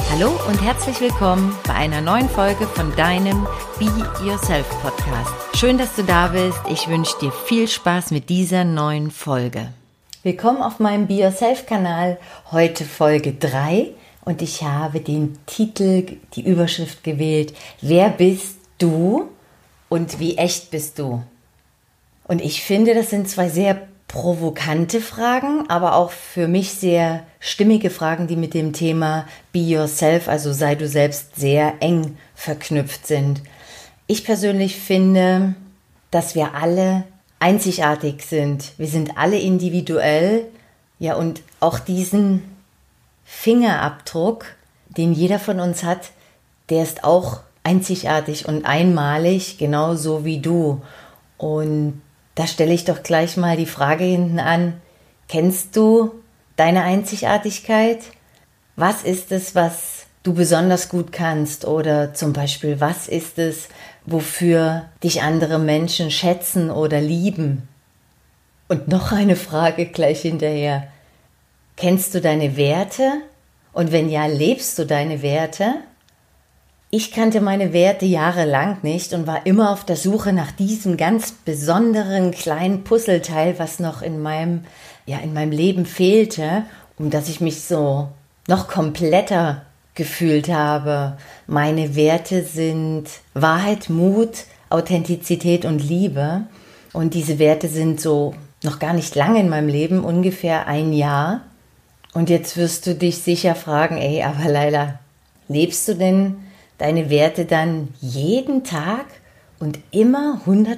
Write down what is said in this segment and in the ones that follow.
Hallo und herzlich willkommen bei einer neuen Folge von deinem Be Yourself Podcast. Schön, dass du da bist. Ich wünsche dir viel Spaß mit dieser neuen Folge. Willkommen auf meinem Be Yourself Kanal. Heute Folge 3 und ich habe den Titel, die Überschrift gewählt: Wer bist du und wie echt bist du? Und ich finde, das sind zwei sehr provokante Fragen, aber auch für mich sehr stimmige Fragen, die mit dem Thema Be Yourself, also sei du selbst, sehr eng verknüpft sind. Ich persönlich finde, dass wir alle einzigartig sind. Wir sind alle individuell, ja, und auch diesen Fingerabdruck, den jeder von uns hat, der ist auch einzigartig und einmalig, genauso wie du. Und da stelle ich doch gleich mal die Frage hinten an: Kennst du deine Einzigartigkeit? Was ist es, was du besonders gut kannst? Oder zum Beispiel, was ist es, wofür dich andere Menschen schätzen oder lieben? Und noch eine Frage gleich hinterher: Kennst du deine Werte? Und wenn ja, lebst du deine Werte? Ich kannte meine Werte jahrelang nicht und war immer auf der Suche nach diesem ganz besonderen kleinen Puzzleteil, was noch in meinem Leben fehlte, um dass ich mich so noch kompletter gefühlt habe. Meine Werte sind Wahrheit, Mut, Authentizität und Liebe. Und diese Werte sind so noch gar nicht lange in meinem Leben, ungefähr ein Jahr. Und jetzt wirst du dich sicher fragen: Aber Laila, lebst du denn deine Werte dann jeden Tag und immer 100%?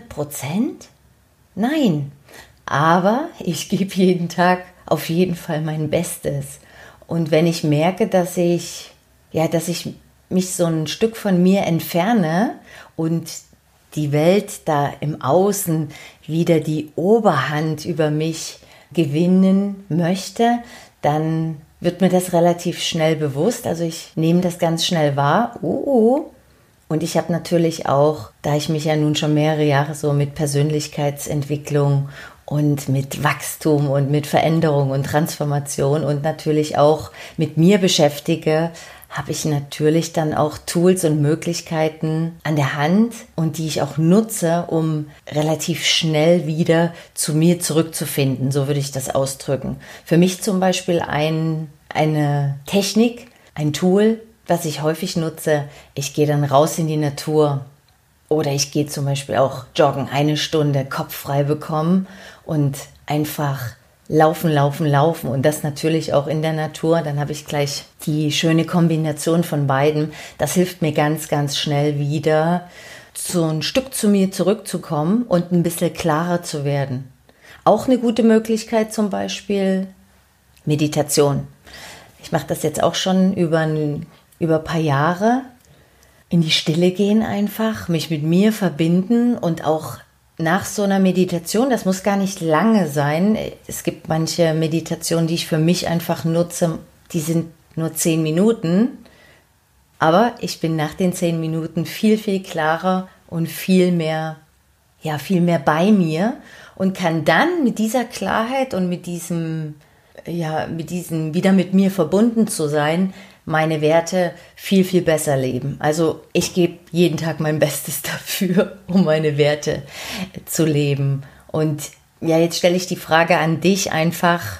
Nein, aber ich gebe jeden Tag auf jeden Fall mein Bestes. Und wenn ich merke, dass ich mich so ein Stück von mir entferne und die Welt da im Außen wieder die Oberhand über mich gewinnen möchte, dann wird mir das relativ schnell bewusst. Also ich nehme das ganz schnell wahr. Und ich habe natürlich auch, da ich mich ja nun schon mehrere Jahre so mit Persönlichkeitsentwicklung und mit Wachstum und mit Veränderung und Transformation und natürlich auch mit mir beschäftige, habe ich natürlich dann auch Tools und Möglichkeiten an der Hand und die ich auch nutze, um relativ schnell wieder zu mir zurückzufinden, so würde ich das ausdrücken. Für mich zum Beispiel eine Technik, ein Tool, was ich häufig nutze: Ich gehe dann raus in die Natur oder ich gehe zum Beispiel auch joggen, 1 Stunde Kopf frei bekommen und einfach laufen und das natürlich auch in der Natur. Dann habe ich gleich die schöne Kombination von beiden. Das hilft mir ganz, ganz schnell wieder, so ein Stück zu mir zurückzukommen und ein bisschen klarer zu werden. Auch eine gute Möglichkeit zum Beispiel Meditation. Ich mache das jetzt auch schon über ein paar Jahre. In die Stille gehen einfach, mich mit mir verbinden und auch nach so einer Meditation, das muss gar nicht lange sein. Es gibt manche Meditationen, die ich für mich einfach nutze, die sind nur 10 Minuten. Aber ich bin nach den 10 Minuten viel, viel klarer und viel mehr bei mir und kann dann mit dieser Klarheit und mit diesem wieder mit mir verbunden zu sein, meine Werte viel, viel besser leben. Also ich gebe jeden Tag mein Bestes dafür, um meine Werte zu leben. Und ja, jetzt stelle ich die Frage an dich einfach: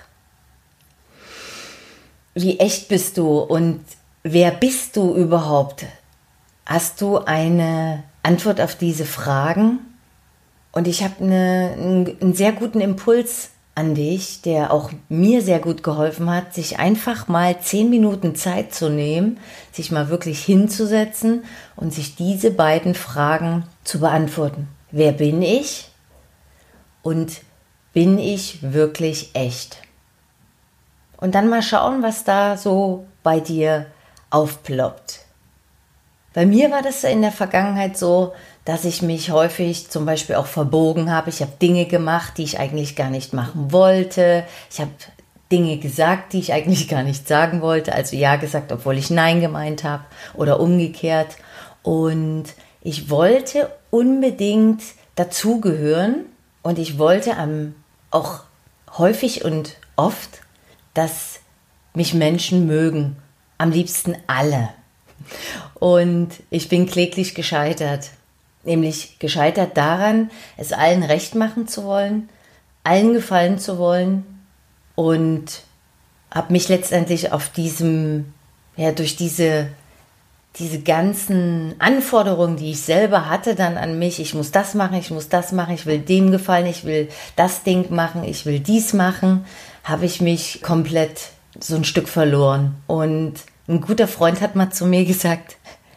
Wie echt bist du und wer bist du überhaupt? Hast du eine Antwort auf diese Fragen? Und ich habe einen sehr guten Impuls an dich, der auch mir sehr gut geholfen hat, sich einfach mal 10 Minuten Zeit zu nehmen, sich mal wirklich hinzusetzen und sich diese beiden Fragen zu beantworten. Wer bin ich? Und bin ich wirklich echt? Und dann mal schauen, was da so bei dir aufploppt. Bei mir war das in der Vergangenheit so, dass ich mich häufig zum Beispiel auch verbogen habe. Ich habe Dinge gemacht, die ich eigentlich gar nicht machen wollte. Ich habe Dinge gesagt, die ich eigentlich gar nicht sagen wollte. Also ja gesagt, obwohl ich Nein gemeint habe oder umgekehrt. Und ich wollte unbedingt dazugehören und ich wollte auch häufig und oft, dass mich Menschen mögen. Am liebsten alle. Und ich bin kläglich gescheitert. Nämlich gescheitert daran, es allen recht machen zu wollen, allen gefallen zu wollen und habe mich letztendlich auf durch diese ganzen Anforderungen, die ich selber hatte dann an mich, ich muss das machen, ich muss das machen, ich will dem gefallen, ich will das Ding machen, ich will dies machen, habe ich mich komplett so ein Stück verloren. Und ein guter Freund hat mal zu mir gesagt,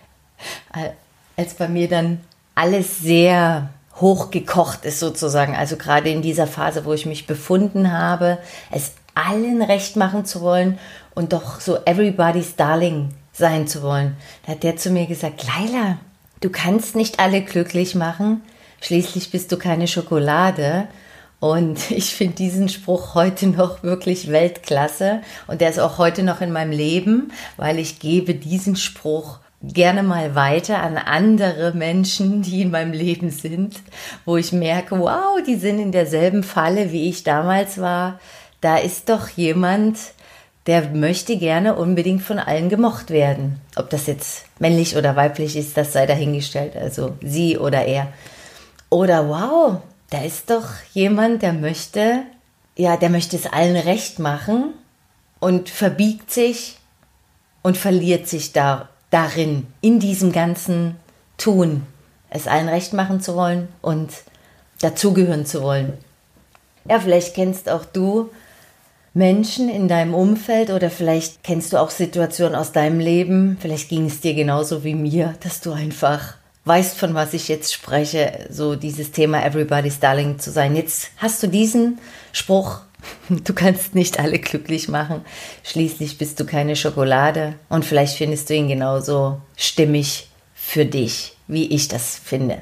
als bei mir dann alles sehr hochgekocht ist sozusagen, also gerade in dieser Phase, wo ich mich befunden habe, es allen recht machen zu wollen und doch so everybody's darling sein zu wollen. Da hat der zu mir gesagt, Laila, du kannst nicht alle glücklich machen, schließlich bist du keine Schokolade. Und ich finde diesen Spruch heute noch wirklich Weltklasse und der ist auch heute noch in meinem Leben, weil ich gebe diesen Spruch gerne mal weiter an andere Menschen, die in meinem Leben sind, wo ich merke, wow, die sind in derselben Falle, wie ich damals war. Da ist doch jemand, der möchte gerne unbedingt von allen gemocht werden. Ob das jetzt männlich oder weiblich ist, das sei dahingestellt, also sie oder er. Oder wow, da ist doch jemand, der möchte es allen recht machen und verbiegt sich und verliert sich darin, in diesem ganzen Tun, es allen recht machen zu wollen und dazugehören zu wollen. Ja, vielleicht kennst auch du Menschen in deinem Umfeld oder vielleicht kennst du auch Situationen aus deinem Leben, vielleicht ging es dir genauso wie mir, dass du einfach weißt, von was ich jetzt spreche, so dieses Thema Everybody's Darling zu sein. Jetzt hast du diesen Spruch, du kannst nicht alle glücklich machen, schließlich bist du keine Schokolade und vielleicht findest du ihn genauso stimmig für dich, wie ich das finde.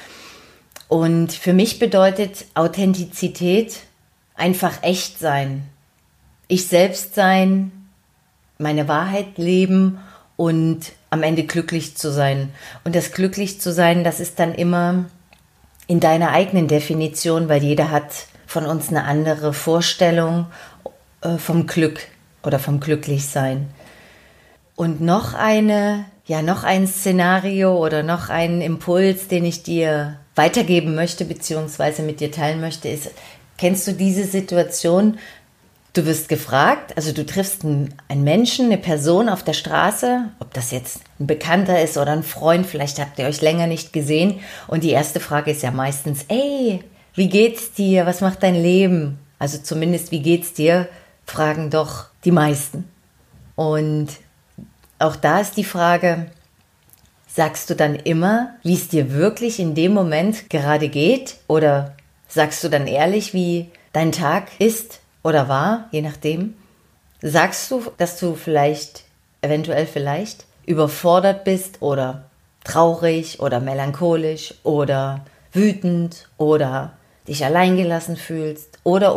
Und für mich bedeutet Authentizität einfach echt sein, ich selbst sein, meine Wahrheit leben und am Ende glücklich zu sein. Und das glücklich zu sein, das ist dann immer in deiner eigenen Definition, weil jeder hat von uns eine andere Vorstellung vom Glück oder vom Glücklichsein. Und noch ein Szenario oder noch ein Impuls, den ich dir weitergeben möchte, beziehungsweise mit dir teilen möchte, ist, kennst du diese Situation? Du wirst gefragt, also du triffst einen Menschen, eine Person auf der Straße, ob das jetzt ein Bekannter ist oder ein Freund, vielleicht habt ihr euch länger nicht gesehen und die erste Frage ist ja meistens, ey, wie geht's dir, was macht dein Leben? Also zumindest, wie geht's dir, fragen doch die meisten. Und auch da ist die Frage, sagst du dann immer, wie es dir wirklich in dem Moment gerade geht oder sagst du dann ehrlich, wie dein Tag ist? Oder war, je nachdem, sagst du, dass du eventuell überfordert bist oder traurig oder melancholisch oder wütend oder dich alleingelassen fühlst oder?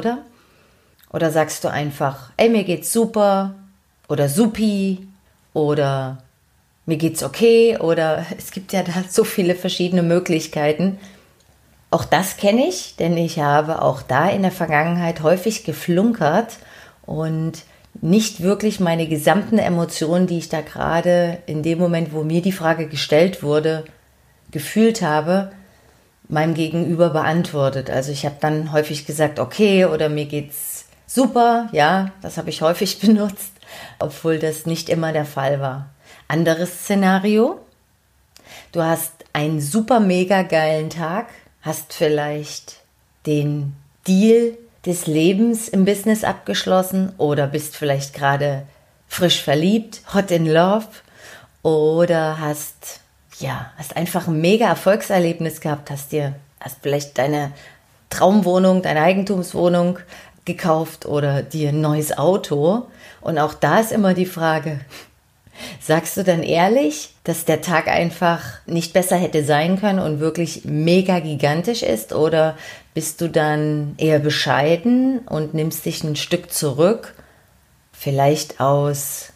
Oder sagst du einfach, ey, mir geht's super oder supi oder mir geht's okay oder es gibt ja da so viele verschiedene Möglichkeiten. Auch das kenne ich, denn ich habe auch da in der Vergangenheit häufig geflunkert und nicht wirklich meine gesamten Emotionen, die ich da gerade in dem Moment, wo mir die Frage gestellt wurde, gefühlt habe, meinem Gegenüber beantwortet. Also ich habe dann häufig gesagt, okay, oder mir geht's super, ja, das habe ich häufig benutzt, obwohl das nicht immer der Fall war. Anderes Szenario, du hast einen super mega geilen Tag, hast vielleicht den Deal des Lebens im Business abgeschlossen oder bist vielleicht gerade frisch verliebt, hot in love oder hast einfach ein mega Erfolgserlebnis gehabt, hast vielleicht deine Traumwohnung, deine Eigentumswohnung gekauft oder dir ein neues Auto. Und auch da ist immer die Frage, sagst du dann ehrlich, dass der Tag einfach nicht besser hätte sein können und wirklich mega gigantisch ist? Oder bist du dann eher bescheiden und nimmst dich ein Stück zurück? Vielleicht aus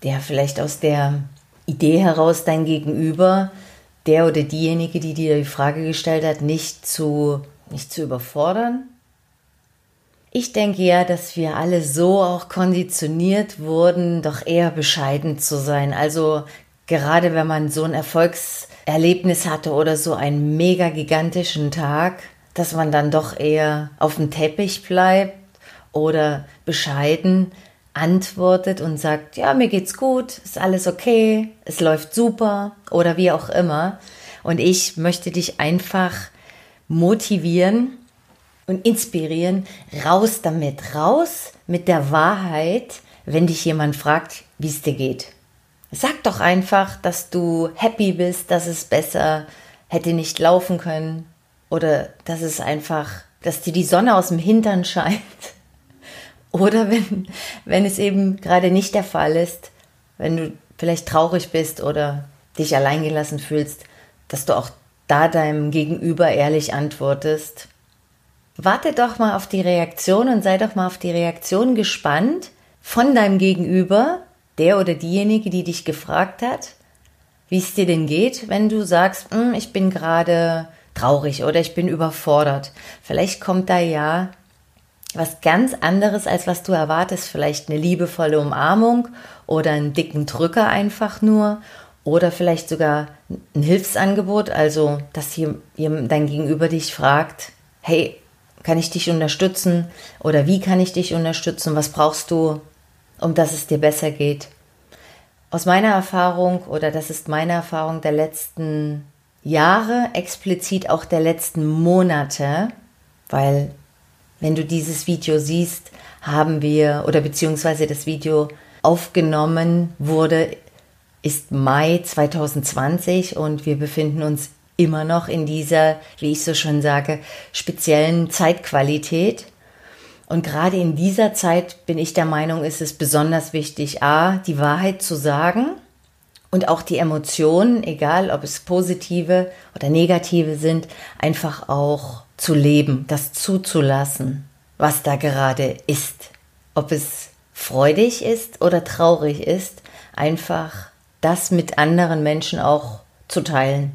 der Idee heraus, dein Gegenüber, der oder diejenige, die dir die Frage gestellt hat, nicht zu überfordern? Ich denke ja, dass wir alle so auch konditioniert wurden, doch eher bescheiden zu sein. Also gerade wenn man so ein Erfolgserlebnis hatte oder so einen mega gigantischen Tag, dass man dann doch eher auf dem Teppich bleibt oder bescheiden antwortet und sagt, ja, mir geht's gut, ist alles okay, es läuft super oder wie auch immer. Und ich möchte dich einfach motivieren und inspirieren, raus damit, raus mit der Wahrheit, wenn dich jemand fragt, wie es dir geht. Sag doch einfach, dass du happy bist, dass es besser hätte nicht laufen können oder dass es einfach, dass dir die Sonne aus dem Hintern scheint. Oder wenn es eben gerade nicht der Fall ist, wenn du vielleicht traurig bist oder dich alleingelassen fühlst, dass du auch da deinem Gegenüber ehrlich antwortest. Warte doch mal auf die Reaktion und sei doch mal auf die Reaktion gespannt von deinem Gegenüber, der oder diejenige, die dich gefragt hat, wie es dir denn geht, wenn du sagst, ich bin gerade traurig oder ich bin überfordert. Vielleicht kommt da ja was ganz anderes, als was du erwartest. Vielleicht eine liebevolle Umarmung oder einen dicken Drücker einfach nur oder vielleicht sogar ein Hilfsangebot, also dass hier dein Gegenüber dich fragt, hey, kann ich dich unterstützen oder wie kann ich dich unterstützen, was brauchst du, um dass es dir besser geht. Aus meiner Erfahrung, oder das ist meine Erfahrung der letzten Jahre, explizit auch der letzten Monate, weil wenn du dieses Video siehst, haben wir, oder beziehungsweise das Video aufgenommen wurde, ist Mai 2020 und wir befinden uns immer noch in dieser, wie ich so schon sage, speziellen Zeitqualität. Und gerade in dieser Zeit bin ich der Meinung, ist es besonders wichtig, die Wahrheit zu sagen und auch die Emotionen, egal ob es positive oder negative sind, einfach auch zu leben, das zuzulassen, was da gerade ist. Ob es freudig ist oder traurig ist, einfach das mit anderen Menschen auch zu teilen.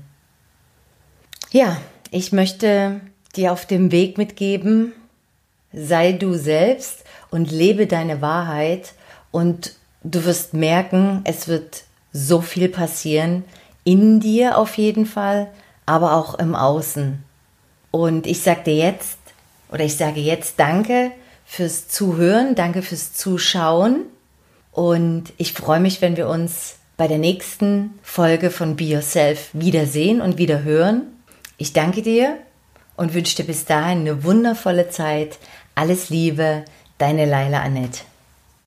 Ja, ich möchte dir auf dem Weg mitgeben, sei du selbst und lebe deine Wahrheit und du wirst merken, es wird so viel passieren, in dir auf jeden Fall, aber auch im Außen. Und ich sage jetzt danke fürs Zuhören, danke fürs Zuschauen und ich freue mich, wenn wir uns bei der nächsten Folge von Be Yourself wiedersehen und wieder hören. Ich danke dir und wünsche dir bis dahin eine wundervolle Zeit. Alles Liebe, deine Laila Annette.